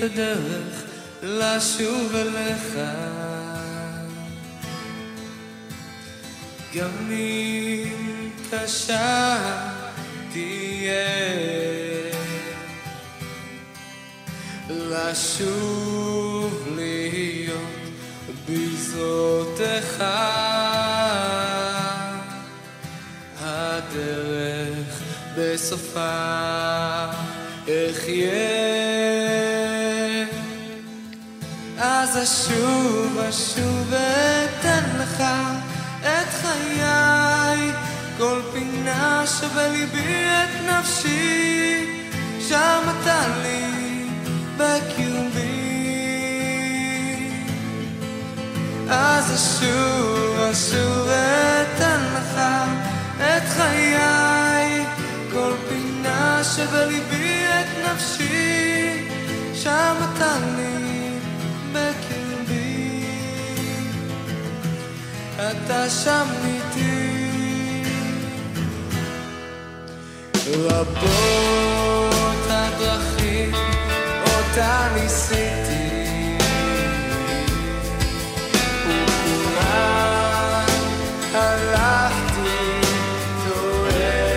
הדרך לשוב אליך, גם אם קשה תהיה, לשוב להיות בזרועותיך. הדרך בסופה אחיה, אז אשוב ואתן לך את חיי, כל פינה שבליבי את נפשי, שם אתה לי בקרבי. אז אשוב ואתן לך את חיי, כל פינה שבליבי את נפשי, שם אתה לי בקרבי. אתה שם איתי, רבות הדרכים אותה ניסיתי, וכולן הלכתי טועה.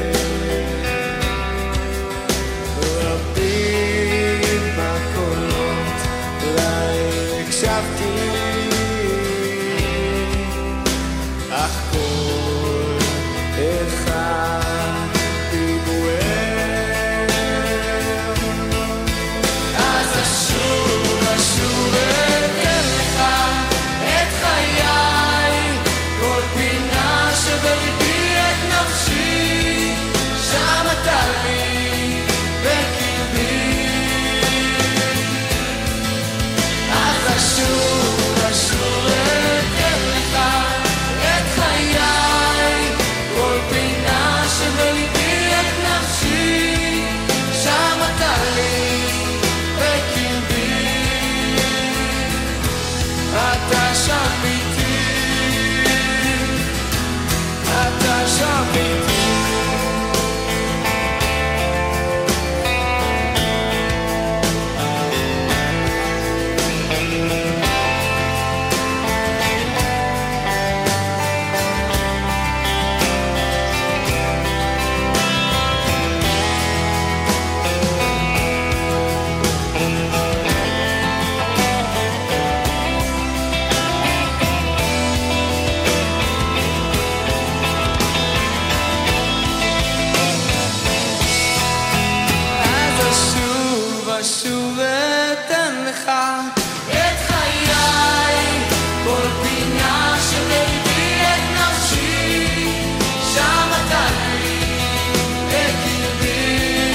רבים הקולות אולי הקשבתי, אך כל אחד דיבואר. אז אשוב אתן לך את חיי, כל פינה שבליבי את נפשי, שם אתה לי בקרבי. אז אשוב אתן לך את חיי, כל פינה שבליבי את נפשי, שם אתה לי בקרבי. אתה שם איתי, אתה שם איתי. אשוב אתן לך את חיי, כל פינה שבליבי את נפשי, שם אתה לי בקרבי.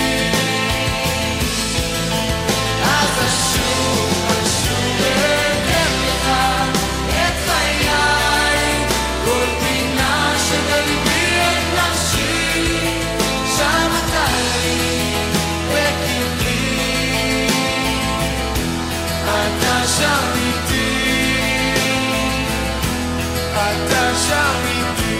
אז אשוב אתן לך את חיי, כל פינה שבליבי את נפשי, שם אתה לי בקרבי. אתה שם איתי, אתה שם איתי.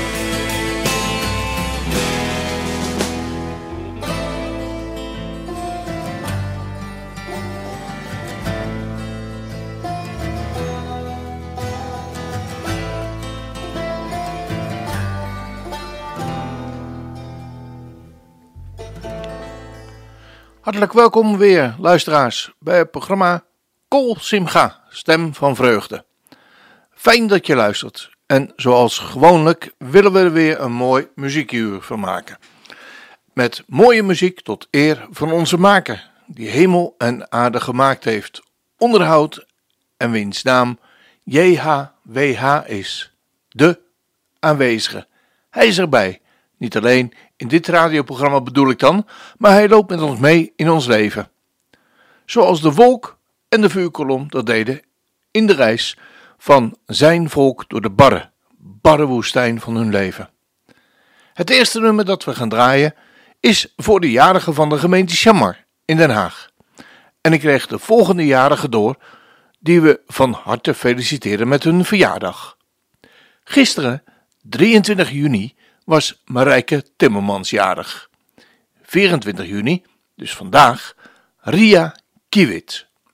Hartelijk welkom weer, luisteraars, bij het programma Kol Simcha, Stem van Vreugde. Fijn dat je luistert en zoals gewoonlijk willen we er weer een mooi muziekuur van maken. Met mooie muziek tot eer van onze maker, die hemel en aarde gemaakt heeft, onderhoud en wiens naam JHWH is, de aanwezige. Hij is erbij, niet alleen in dit radioprogramma bedoel ik dan, maar hij loopt met ons mee in ons leven. Zoals de wolk en de vuurkolom dat deden in de reis van zijn volk door de barre woestijn van hun leven. Het eerste nummer dat we gaan draaien is voor de jarigen van de gemeente Chamar in Den Haag. En ik kreeg de volgende jarigen door die we van harte feliciteren met hun verjaardag. Gisteren, 23 juni, was Marijke Timmermans jarig. 24 juni, dus vandaag, Ria Kiewit.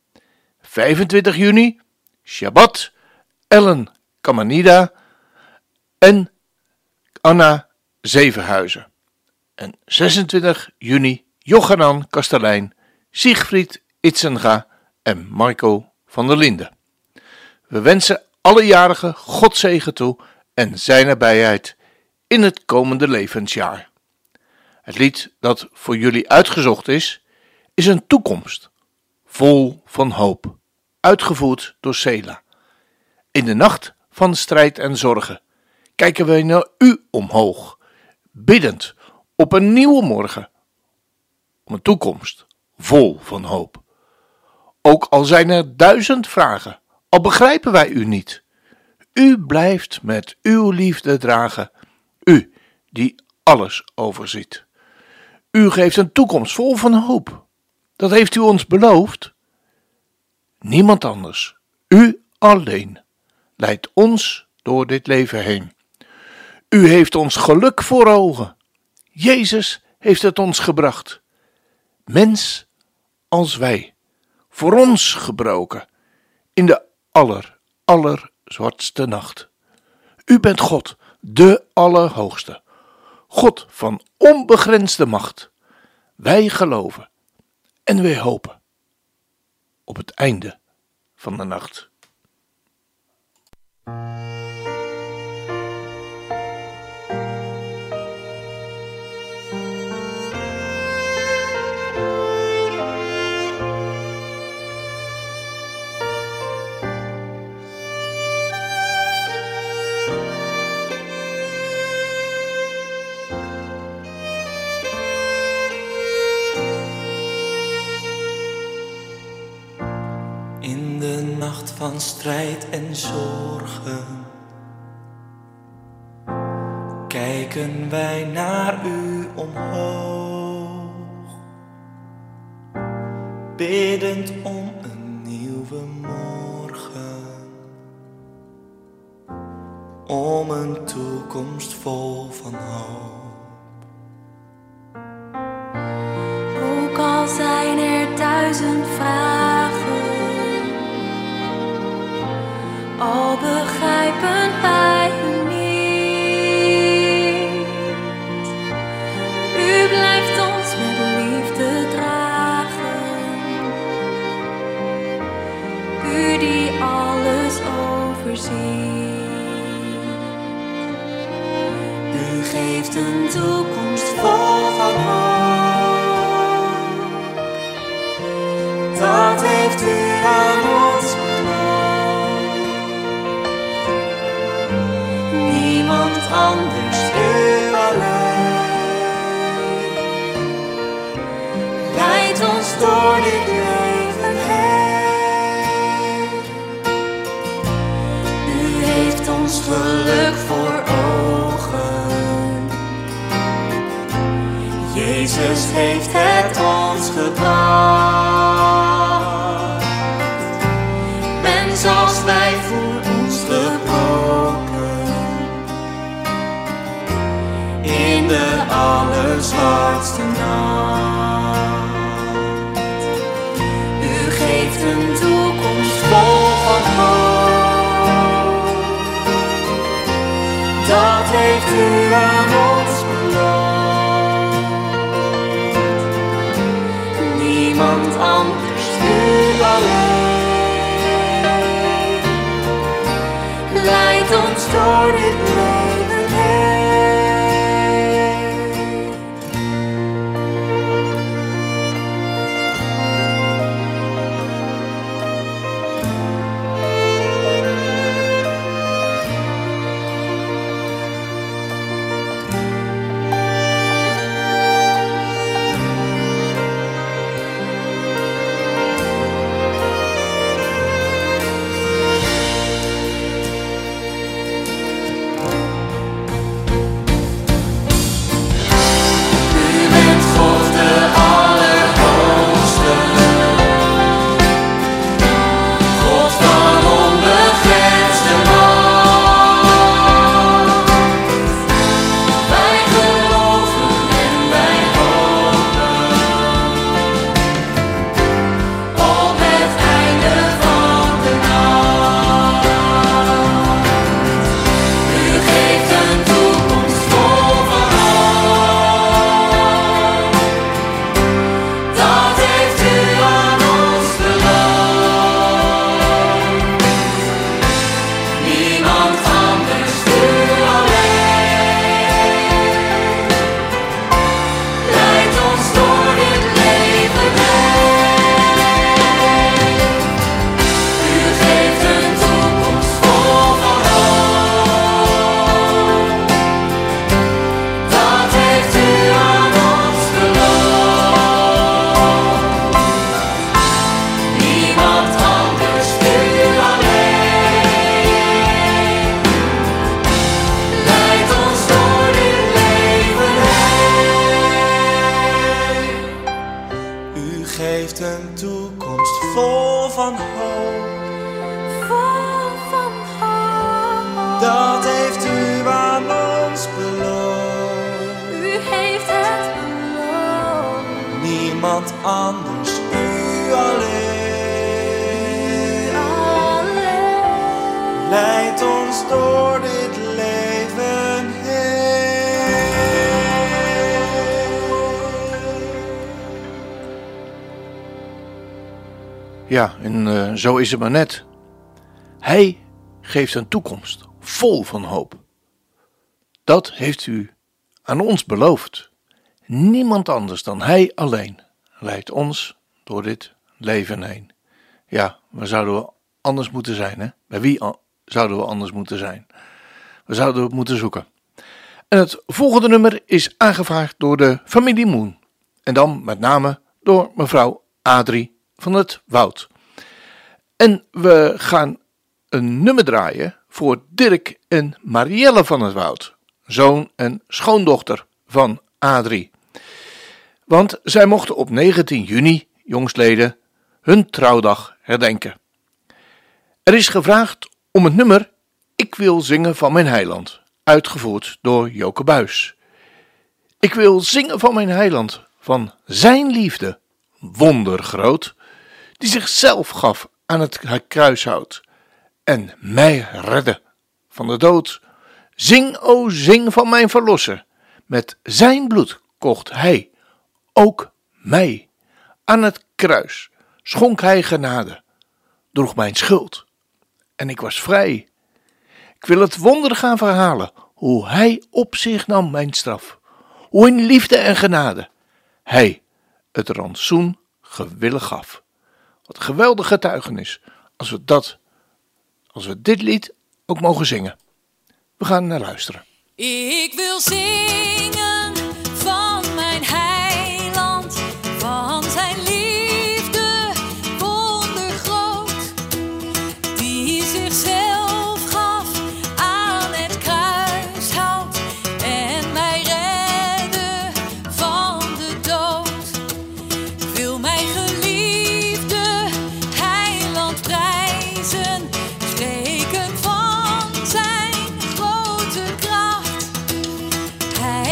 25 juni, Shabbat, Ellen Kamanida en Anna Zevenhuizen. En 26 juni, Jochanan Kastelein, Siegfried Itzenga en Marco van der Linden. We wensen alle jarigen God zegen toe en zijn nabijheid in het komende levensjaar. Het lied dat voor jullie uitgezocht is een toekomst, vol van hoop, uitgevoerd door Sela. In de nacht van strijd en zorgen kijken wij naar u omhoog, biddend op een nieuwe morgen, om een toekomst vol van hoop. Ook al zijn er 1000 vragen, al begrijpen wij u niet. U blijft met uw liefde dragen, u die alles overziet. U geeft een toekomst vol van hoop. Dat heeft u ons beloofd. Niemand anders, u alleen, leidt ons door dit leven heen. U heeft ons geluk voor ogen. Jezus heeft het ons gebracht. Mens als wij, voor ons gebroken, in de allerzwartste nacht. U bent God, de Allerhoogste, God van onbegrensde macht. Wij geloven en wij hopen op het einde van de nacht. In de nacht van strijd en zorgen kijken wij naar u omhoog, biddend om een nieuwe morgen, om een toekomst vol van hoop. Ook al zijn er 1000 vragen, al begrijpen wij u niet. U blijft ons met liefde dragen. U die alles overziet. U geeft een toekomst vol van hoop. Dat heeft u aan ons anders, u alleen, leidt ons door dit leven heen. U heeft ons geluk voor ogen. Jezus heeft het ons gebracht. Mens als wij voor ons gebroken, in de allerzwartste nacht. U geeft een toekomst vol van hoop. Dat heeft u aan ons beloofd. Niemand anders, u alleen, leidt ons door dit leven heen. een toekomst vol van hoop. Vol van hoop. Dat heeft u aan ons beloofd. U heeft het beloofd. Niemand anders, u alleen. U alleen. Leidt ons door dit leven heen. Ja, en zo is het maar net. Hij geeft een toekomst vol van hoop. Dat heeft u aan ons beloofd. Niemand anders dan hij alleen leidt ons door dit leven heen. Ja, waar zouden we anders moeten zijn, hè? Bij wie zouden we anders moeten zijn? We zouden het moeten zoeken. En het volgende nummer is aangevraagd door de familie Moen. En dan met name door mevrouw Adrie van het Woud. En we gaan een nummer draaien voor Dirk en Marielle van het Woud. Zoon en schoondochter van Adrie. Want zij mochten op 19 juni, jongstleden, hun trouwdag herdenken. Er is gevraagd om het nummer Ik wil zingen van mijn heiland, uitgevoerd door Joke Buis. Ik wil zingen van mijn heiland, van zijn liefde, wondergroot, die zichzelf gaf aan het kruishout en mij redde van de dood. Zing, o zing van mijn verlosser, met zijn bloed kocht hij ook mij. Aan het kruis schonk hij genade, droeg mijn schuld en ik was vrij. Ik wil het wonder gaan verhalen, hoe hij op zich nam mijn straf, hoe in liefde en genade hij het rantsoen gewillig gaf. Wat een geweldige getuigenis als we dit lied ook mogen zingen. We gaan naar luisteren. Ik wil zingen van mijn heiland, van zijn liefde wondergroot, die zichzelf gaf aan het kruishout en mij redde van de dood. Ik wil mijn geliefde heiland prijzen, spreken van zijn grote kracht. Hij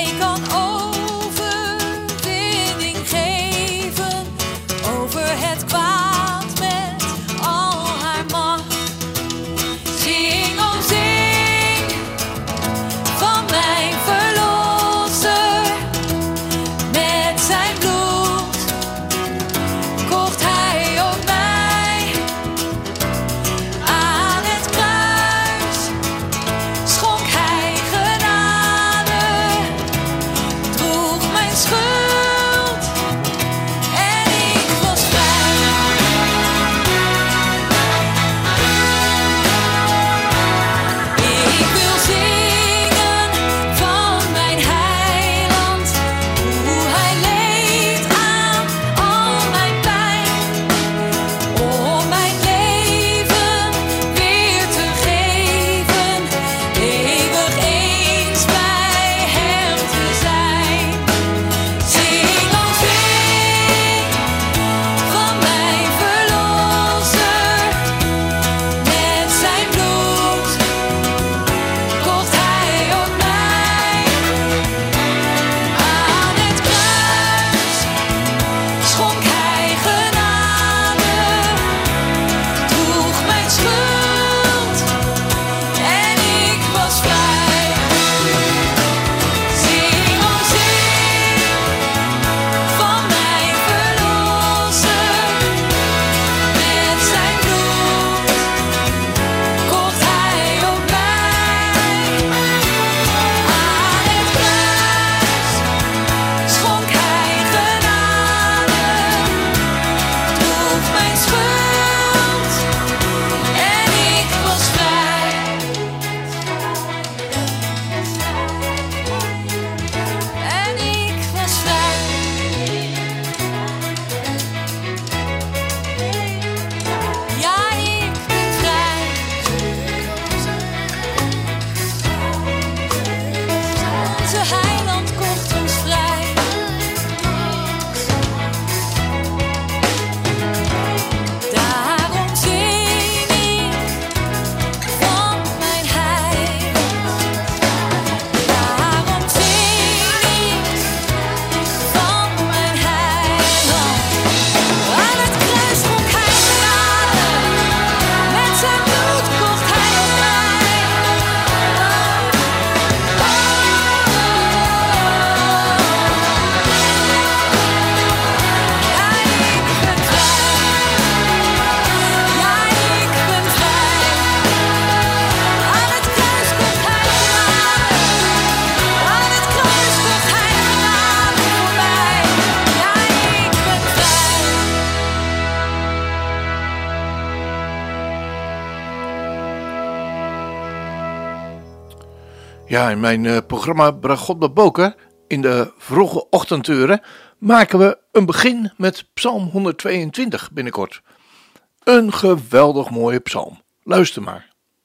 Ja, in mijn programma Bragot Beboker in de vroege ochtenduren maken we een begin met Psalm 122 binnenkort. Een geweldig mooie psalm. Luister maar.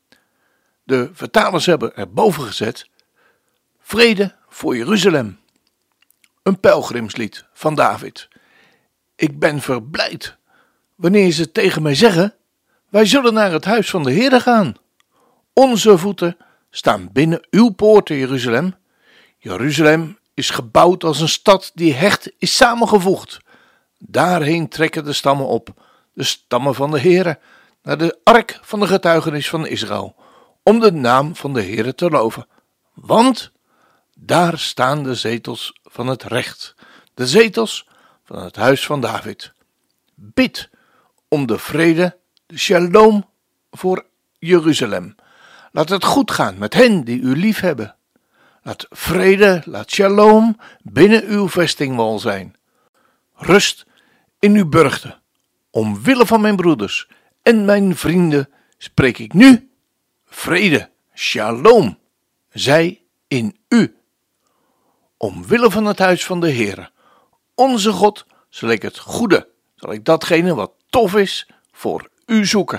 De vertalers hebben erboven gezet: vrede voor Jeruzalem. Een pelgrimslied van David. Ik ben verblijd wanneer ze tegen mij zeggen: wij zullen naar het huis van de Heere gaan. Onze voeten staan binnen uw poorten, Jeruzalem. Jeruzalem is gebouwd als een stad die hecht is samengevoegd. Daarheen trekken de stammen op, de stammen van de Heere, naar de ark van de getuigenis van Israël, om de naam van de Heere te loven. Want daar staan de zetels van het recht, de zetels van het huis van David. Bid om de vrede, de shalom voor Jeruzalem. Laat het goed gaan met hen die u lief hebben. Laat vrede, laat shalom binnen uw vestingwal zijn. Rust in uw burchten. Omwille van mijn broeders en mijn vrienden spreek ik nu vrede, shalom, zij in u. Omwille van het huis van de Heere, onze God, zal ik het goede, zal ik datgene wat tof is, voor u zoeken.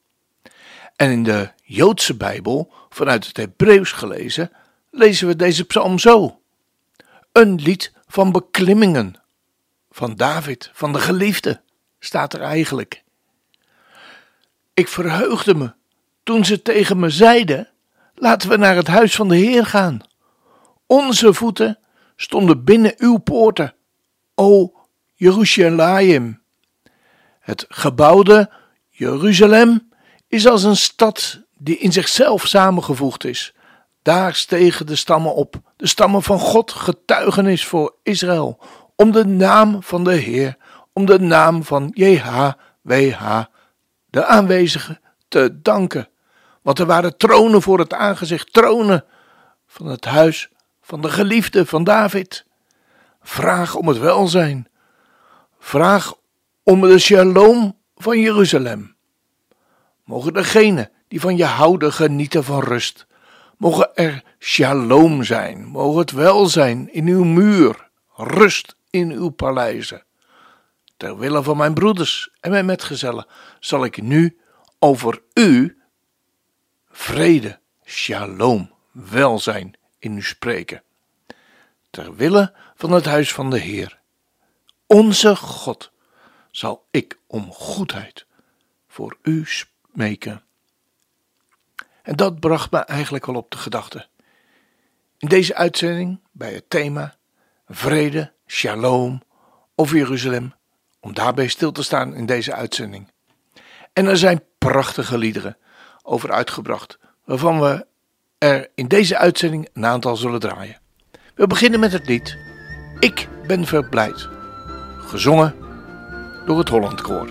En in de Joodse Bijbel, vanuit het Hebreeuws gelezen, lezen we deze psalm zo. Een lied van beklimmingen, van David, van de geliefde, staat er eigenlijk. Ik verheugde me toen ze tegen me zeiden: laten we naar het huis van de Heer gaan. Onze voeten stonden binnen uw poorten, o Jeruzalem. Het gebouwde Jeruzalem is als een stad die in zichzelf samengevoegd is. Daar stegen de stammen op, de stammen van God, getuigenis voor Israël, om de naam van de Heer, om de naam van JHWH, de aanwezige, te danken. Want er waren tronen voor het aangezicht, tronen van het huis van de geliefde van David. Vraag om het welzijn. Vraag om de shalom van Jeruzalem. Mogen degenen die van je houden genieten van rust. Mogen er shalom zijn. Mogen het welzijn in uw muur. Rust in uw paleizen. Ter wille van mijn broeders en mijn metgezellen zal ik nu over u vrede, shalom, welzijn in u spreken. Ter wille van het huis van de Heer, onze God, zal ik om goedheid voor u smeken. En dat bracht me eigenlijk al op de gedachte. In deze uitzending, bij het thema vrede, shalom over Jeruzalem, om daarbij stil te staan in deze uitzending. En er zijn prachtige liederen over uitgebracht, waarvan we er in deze uitzending een aantal zullen draaien. We beginnen met het lied Ik ben verblijd, gezongen door het Hollandkoor.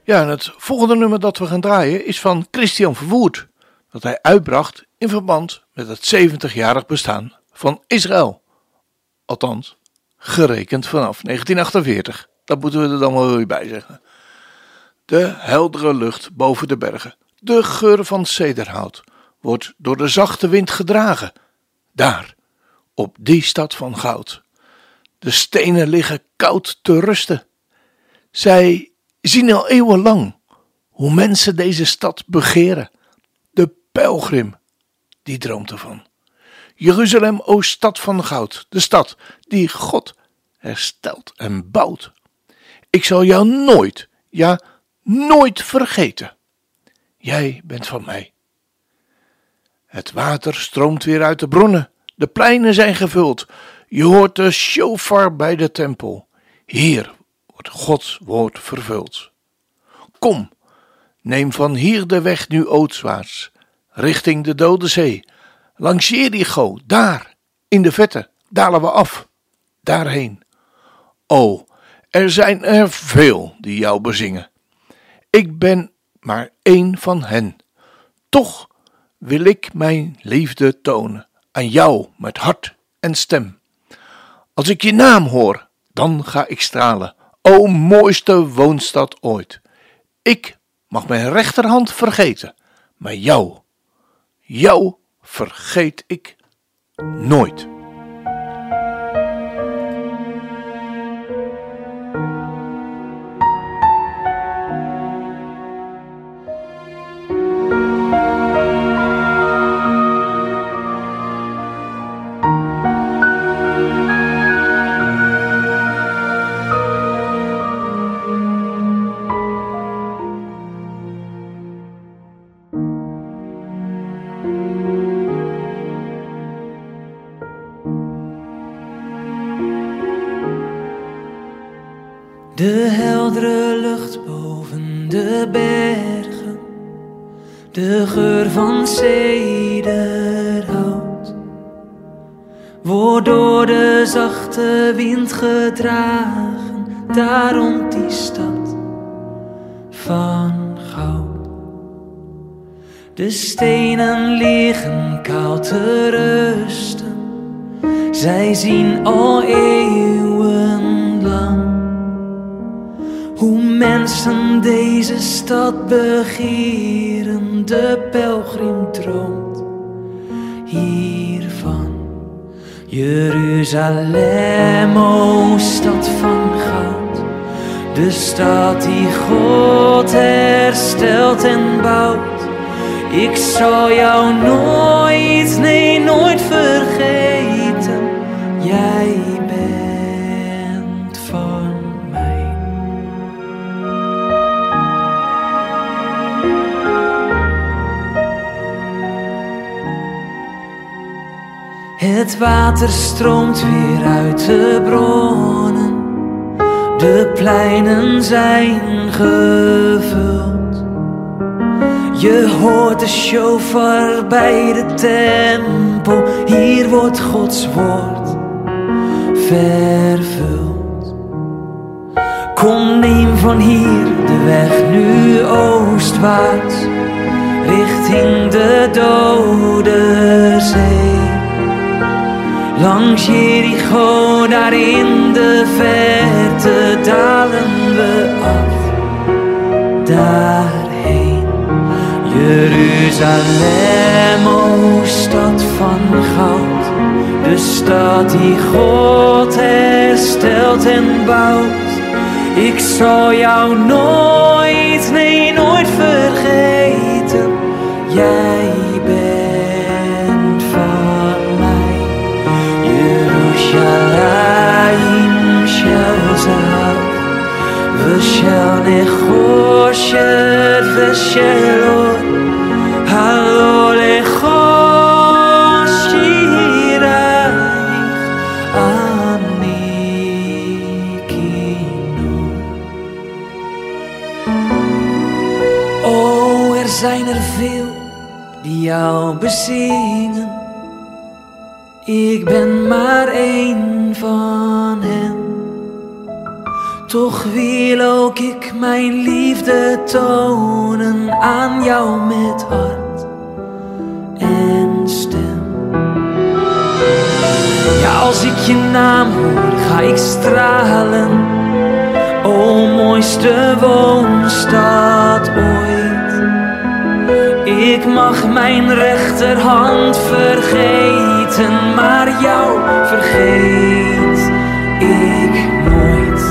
Ja, en het volgende nummer dat we gaan draaien is van Christian Verwoerd, dat hij uitbracht in verband met het 70-jarig bestaan van Israël. Althans, gerekend vanaf 1948. Dat moeten we er dan wel weer bij zeggen. De heldere lucht boven de bergen, de geur van cederhout, wordt door de zachte wind gedragen. Daar, op die stad van goud. De stenen liggen koud te rusten. Zij zien al eeuwenlang hoe mensen deze stad begeren. De pelgrim, die droomt ervan. Jeruzalem, o stad van goud, de stad die God herstelt en bouwt. Ik zal jou nooit, ja, nooit vergeten. Jij bent van mij. Het water stroomt weer uit de bronnen. De pleinen zijn gevuld. Je hoort de shofar bij de tempel. Hier wordt Gods woord vervuld. Kom, neem van hier de weg nu oostwaarts, richting de Dode Zee. Langs Jericho, daar, in de vette, dalen we af, daarheen. O, er zijn er veel die jou bezingen. Ik ben maar één van hen. Toch wil ik mijn liefde tonen aan jou met hart en stem. Als ik je naam hoor, dan ga ik stralen. O mooiste woonstad ooit. Ik mag mijn rechterhand vergeten, maar jou vergeet ik nooit. De heldere lucht boven de bergen, de geur van cederhout, wordt door de zachte wind gedragen, daarom die stad van goud. De stenen liggen koud te rusten, zij zien al eeuwenlang hoe mensen deze stad begeren. De pelgrim droomt hiervan. Jeruzalem, o stad van goud, de stad die God herstelt en bouwt. Ik zal jou nooit, nee nooit vergeten. Jij bent van mij. Het water stroomt weer uit de bronnen, de pleinen zijn gevuld. Je hoort de shofar bij de tempel, hier wordt Gods woord vervuld. Kom, neem van hier de weg nu oostwaarts, richting de Dode Zee. Langs Jericho, daar in de verte dalen we af, daarheen. Jeruzalem, o stad van goud, de stad die God herstelt en bouwt. Ik zal jou nooit, nee nooit vergeten. Jij bent van mij. Yerushalayim shel zahav, v'shel nechoshet v'shel or, halo lechosh shirayich ani kinu. Oh, er zijn er veel die jou bezingen. Ik ben maar één van hen. Toch wil ook ik mijn liefde tonen aan jou met hart en stem. Ja, als ik je naam hoor, ga ik stralen. O mooiste woonstad ooit. Ik mag mijn rechterhand vergeten, maar jou vergeet ik nooit.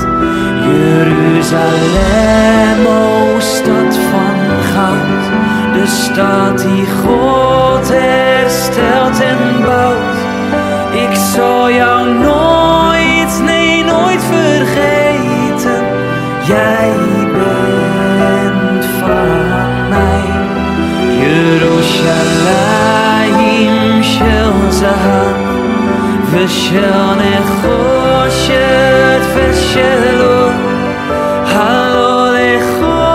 Jeruzalem, o stad van goud, de stad die God herstelt en bouwt. Ik zal jou nooit, nee nooit vergeten. Jij bent van mij. Yerushalayim shel zahav v'shel nechoshet v'shel or halo lecho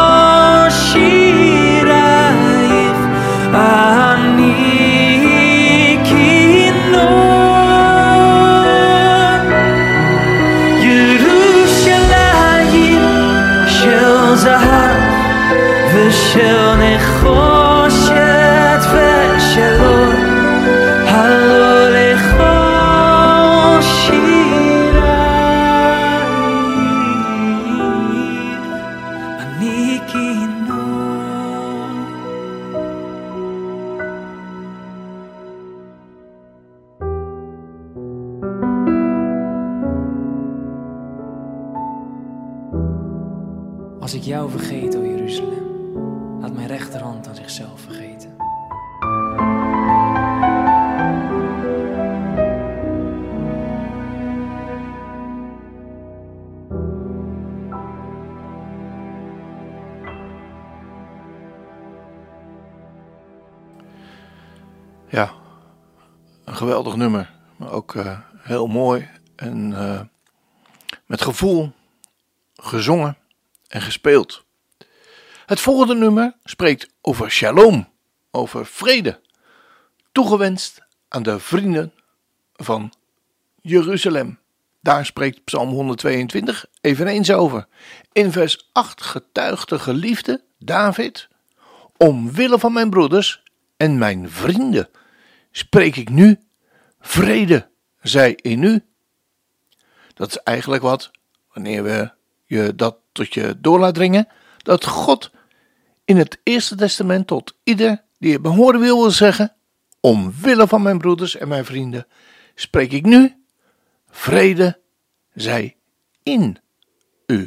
shirayich ani kinor. Yerushalayim shel zahav v'shel nechoshet v'shel or halo lecho shirayich ani kinor. Als ik jou vergeet, o Jeruzalem, laat mijn rechterhand aan zichzelf vergeten. Ja, een geweldig nummer, maar ook heel mooi en met gevoel gezongen en gespeeld. Het volgende nummer spreekt over shalom, over vrede, toegewenst aan de vrienden van Jeruzalem. Daar spreekt Psalm 122 eveneens over. In vers 8 getuigt de geliefde David: omwille van mijn broeders en mijn vrienden spreek ik nu, vrede zij in u. Dat is eigenlijk wat, wanneer je dat tot je door laat dringen, dat God in het Eerste Testament tot ieder die het behoren wil zeggen: omwille van mijn broeders en mijn vrienden spreek ik nu, vrede zij in u.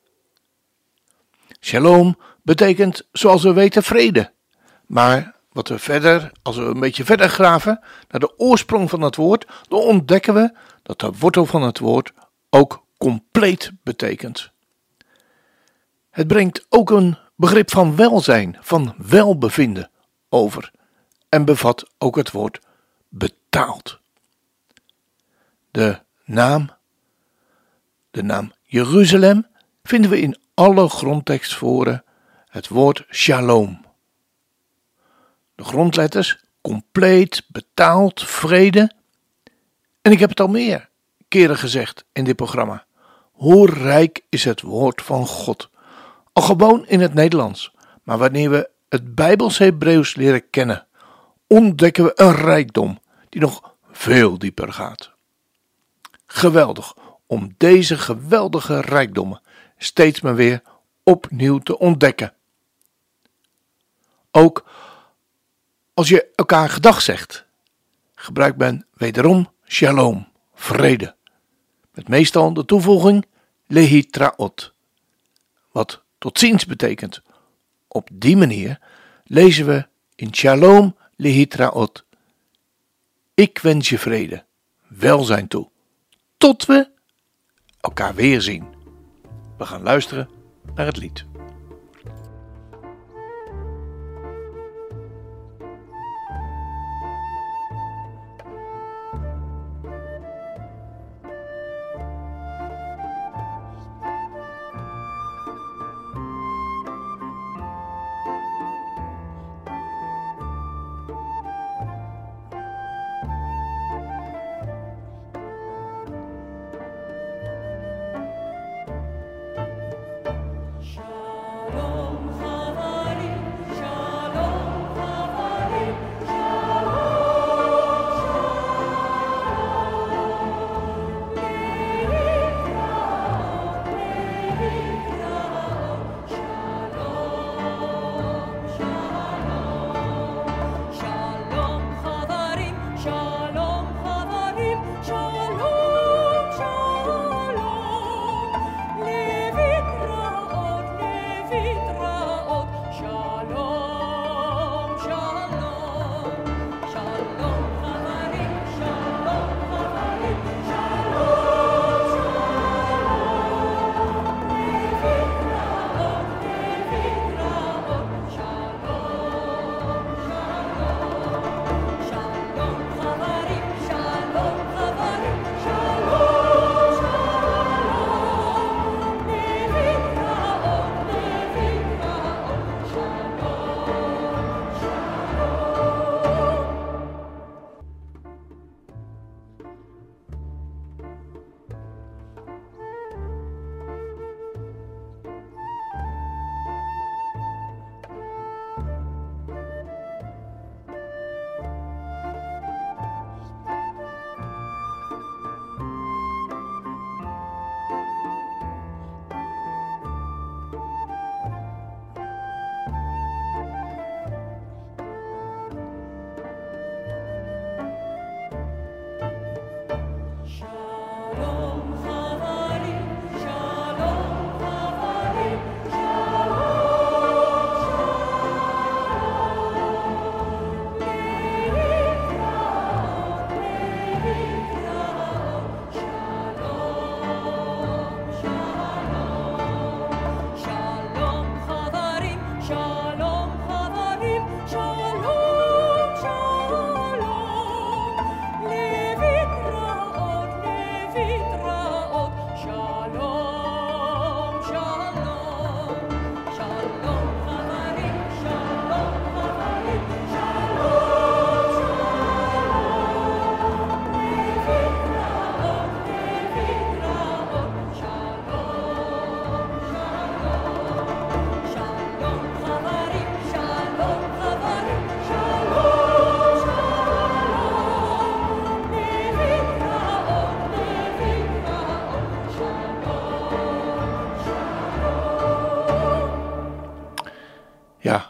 Shalom betekent, zoals we weten, vrede. Maar wat we verder, als we een beetje verder graven naar de oorsprong van het woord, dan ontdekken we dat de wortel van het woord ook compleet betekent. Het brengt ook een begrip van welzijn, van welbevinden over en bevat ook het woord betaald. De naam Jeruzalem vinden we in alle grondtekstvoren het woord shalom. De grondletters compleet, betaald, vrede. En ik heb het al meer keren gezegd in dit programma. Hoe rijk is het woord van God. Al gewoon in het Nederlands. Maar wanneer we het Bijbels Hebreeuws leren kennen, ontdekken we een rijkdom die nog veel dieper gaat. Geweldig om deze geweldige rijkdommen steeds maar weer opnieuw te ontdekken. Ook als je elkaar gedag zegt, gebruikt men wederom shalom, vrede. Met meestal de toevoeging lehitraot, wat tot ziens betekent. Op die manier lezen we in shalom lehitraot: ik wens je vrede, welzijn toe, tot we elkaar weer zien. We gaan luisteren naar het lied.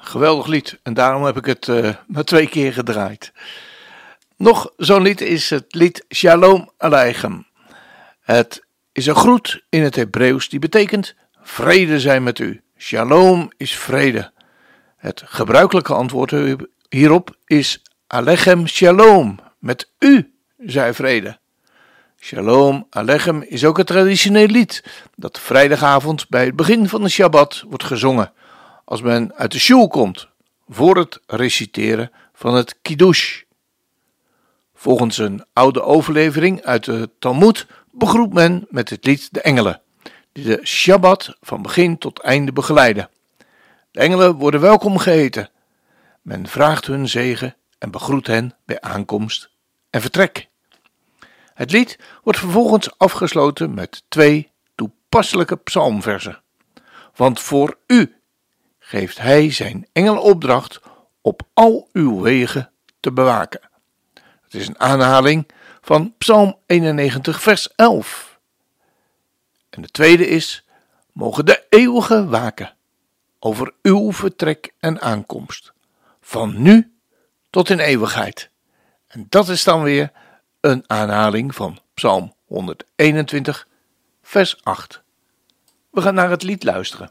geweldig lied en daarom heb ik het maar 2 keer gedraaid. Nog zo'n lied is het lied Shalom Aleichem. Het is een groet in het Hebreeuws die betekent vrede zij met u. Shalom is vrede. Het gebruikelijke antwoord hierop is Alechem Shalom. Met u zij vrede. Shalom Aleichem is ook een traditioneel lied dat vrijdagavond bij het begin van de Shabbat wordt gezongen als men uit de sjoel komt voor het reciteren van het Kiddush. Volgens een oude overlevering uit de Talmoed begroet men met het lied de engelen, die de Shabbat van begin tot einde begeleiden. De engelen worden welkom geheten. Men vraagt hun zegen en begroet hen bij aankomst en vertrek. Het lied wordt vervolgens afgesloten met 2 toepasselijke psalmversen. Want voor u geeft hij zijn engelen opdracht op al uw wegen te bewaken. Het is een aanhaling van Psalm 91 vers 11. En de tweede is: mogen de eeuwige waken over uw vertrek en aankomst, van nu tot in eeuwigheid. En dat is dan weer een aanhaling van Psalm 121 vers 8. We gaan naar het lied luisteren.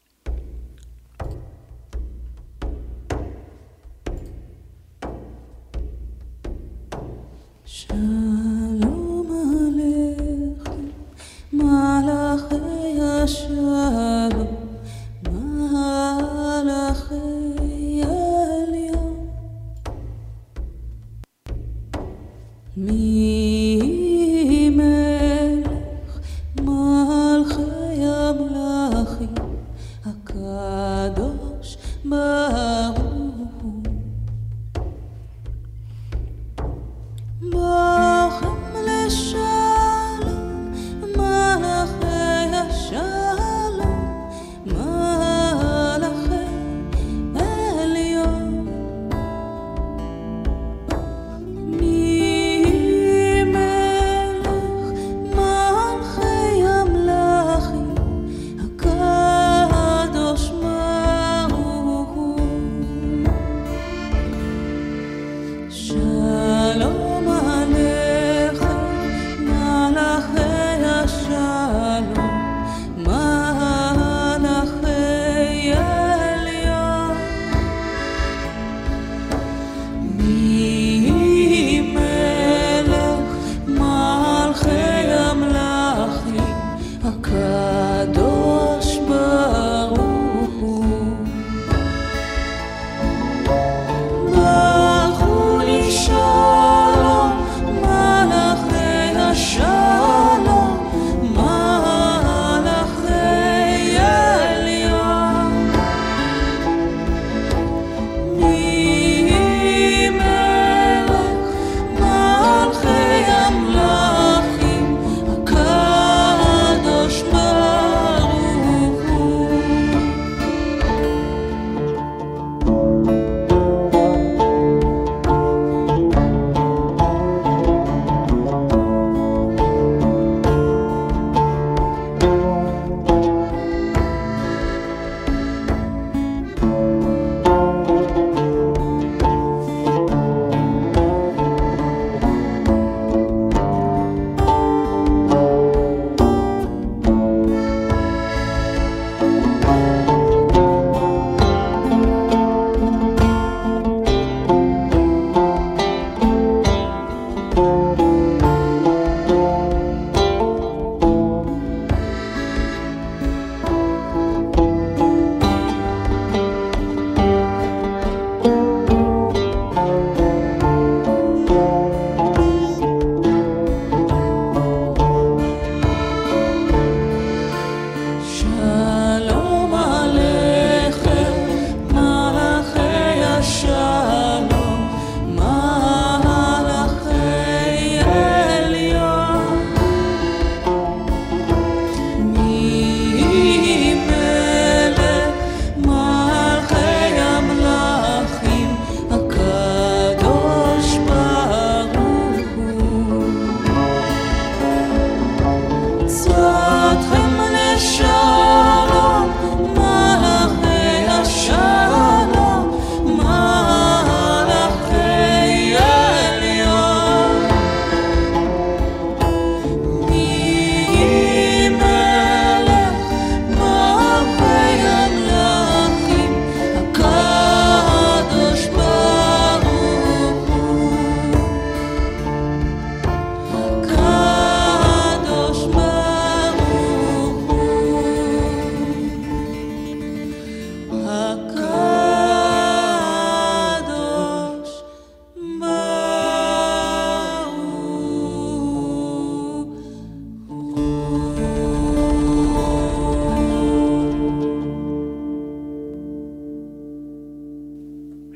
Shalom Aleichem, Malachei Shalom, Malachei Elyon. Mi melech malchei amlachim, HaKadosh Baruch Hu. Bochem leshalom, malachei shalom, malachei elyon. Mi melech malchei amlachim, HaKadosh Baruch Hu. Shalom Aleichem.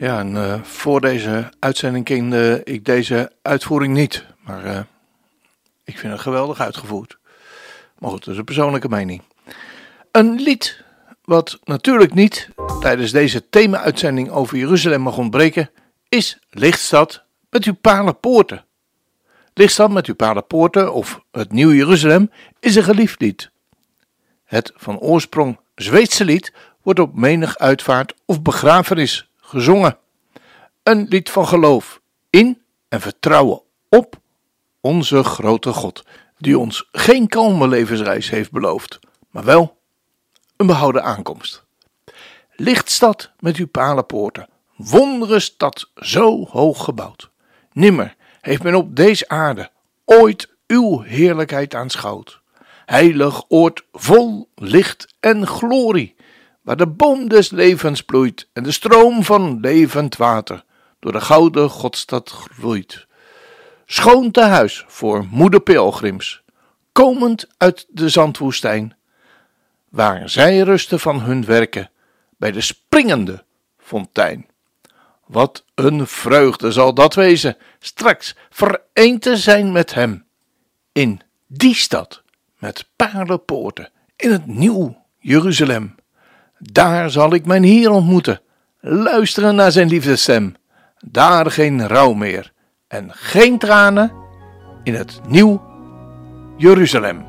Ja, en voor deze uitzending kende ik deze uitvoering niet. Maar ik vind het geweldig uitgevoerd. Maar goed, dat is een persoonlijke mening. Een lied wat natuurlijk niet tijdens deze thema-uitzending over Jeruzalem mag ontbreken, is Lichtstad met uw palen poorten. Lichtstad met uw palen poorten, of het Nieuw Jeruzalem, is een geliefd lied. Het van oorsprong Zweedse lied wordt op menig uitvaart of begrafenis gezongen. Een lied van geloof in en vertrouwen op onze grote God, die ons geen kalme levensreis heeft beloofd, maar wel een behouden aankomst. Lichtstad met uw palenpoorten, wondere stad zo hoog gebouwd. Nimmer heeft men op deze aarde ooit uw heerlijkheid aanschouwd. Heilig oord vol licht en glorie, waar de boom des levens bloeit en de stroom van levend water door de gouden Godstad vloeit. Schoon tehuis voor moederpilgrims, komend uit de zandwoestijn, waar zij rusten van hun werken bij de springende fontein. Wat een vreugde zal dat wezen, straks vereend te zijn met hem, in die stad met paardenpoorten, in het nieuw Jeruzalem. Daar zal ik mijn Heer ontmoeten, luisteren naar zijn liefdesstem. Daar geen rouw meer en geen tranen in het nieuw Jeruzalem.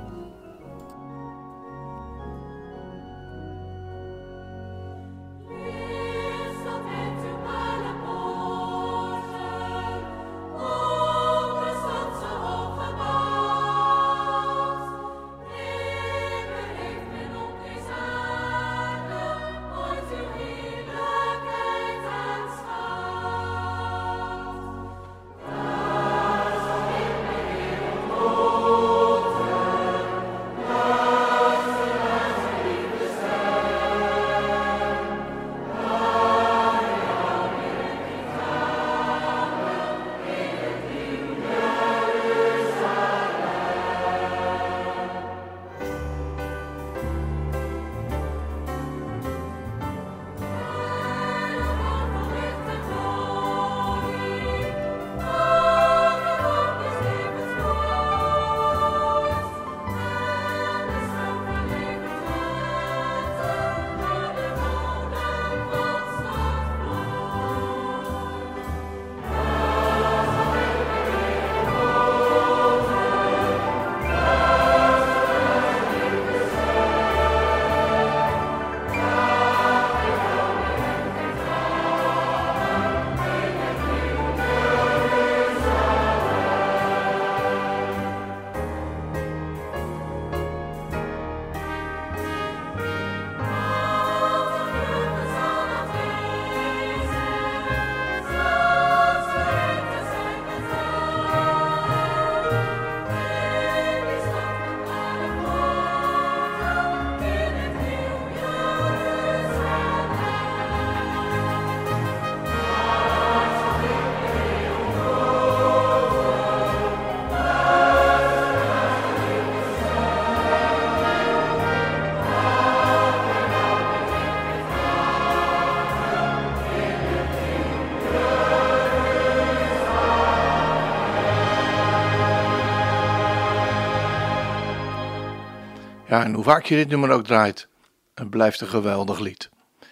Ja, en hoe vaak je dit nummer ook draait, het blijft een geweldig lied.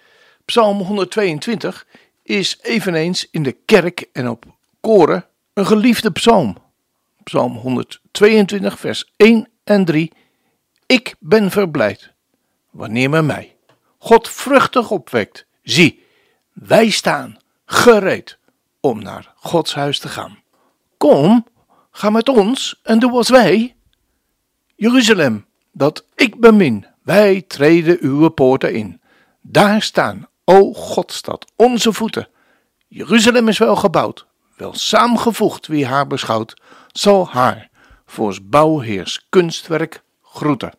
Psalm 122 is eveneens in de kerk en op koren een geliefde psalm. Psalm 122 vers 1 en 3. Ik ben verblijd, wanneer men mij God vruchtig opwekt. Zie, wij staan gereed om naar Gods huis te gaan. Kom, ga met ons en doe als wij. Jeruzalem, dat ik bemin, wij treden uw poorten in. Daar staan, o Godstad, onze voeten. Jeruzalem is wel gebouwd, wel saamgevoegd. Wie haar beschouwt, zal haar voor 's bouwheers kunstwerk groeten.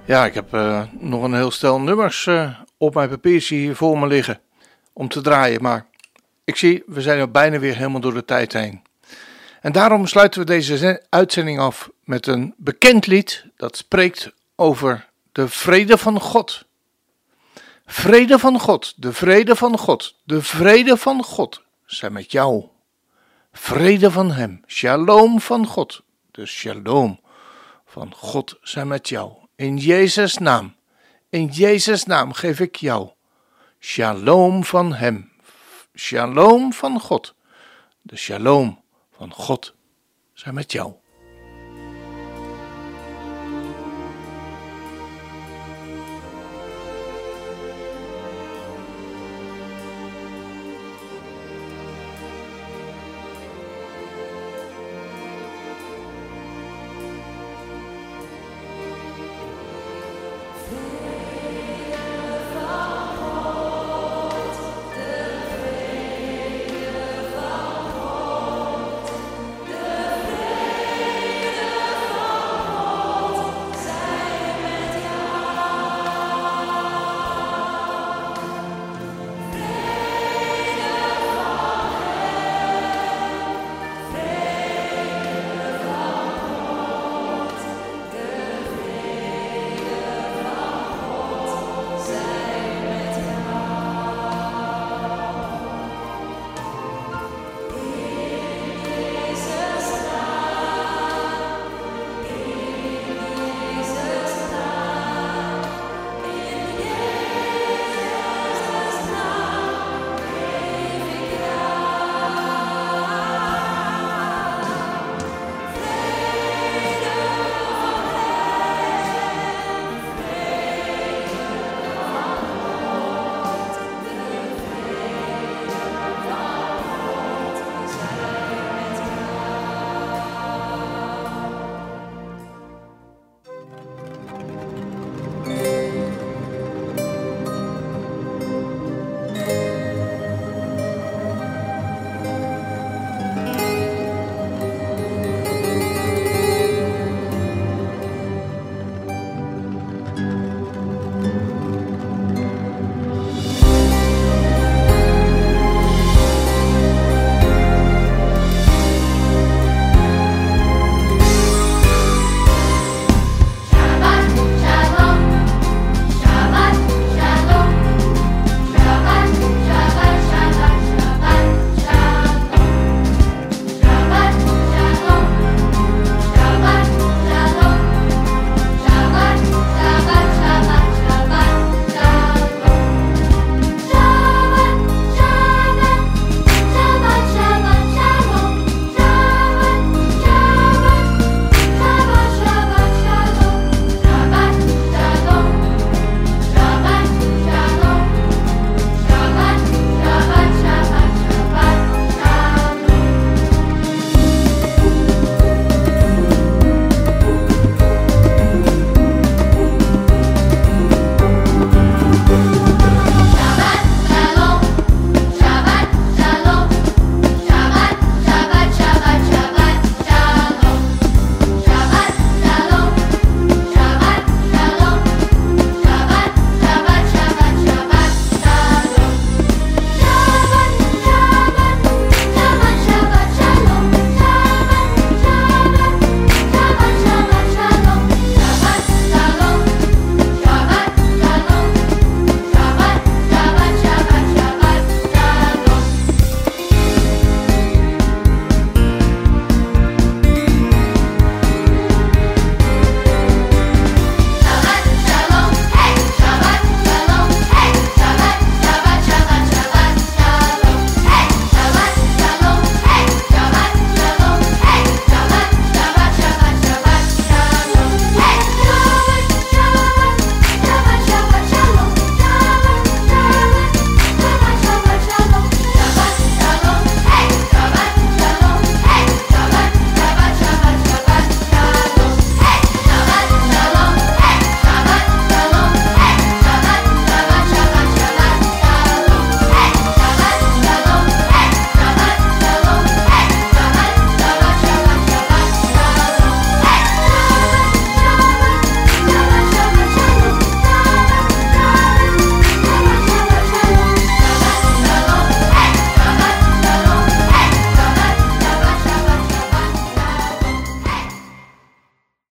Ja, ik heb nog een heel stel nummers op mijn papiertje hier voor me liggen om te draaien. Maar ik zie, we zijn er bijna weer helemaal door de tijd heen. En daarom sluiten we deze uitzending af met een bekend lied dat spreekt over de vrede van God. Vrede van God, de vrede van God, de vrede van God zij met jou. Vrede van Hem, shalom van God, de shalom van God zij met jou. In Jezus' naam geef ik jou shalom van Hem, shalom van God, de shalom van God zij met jou.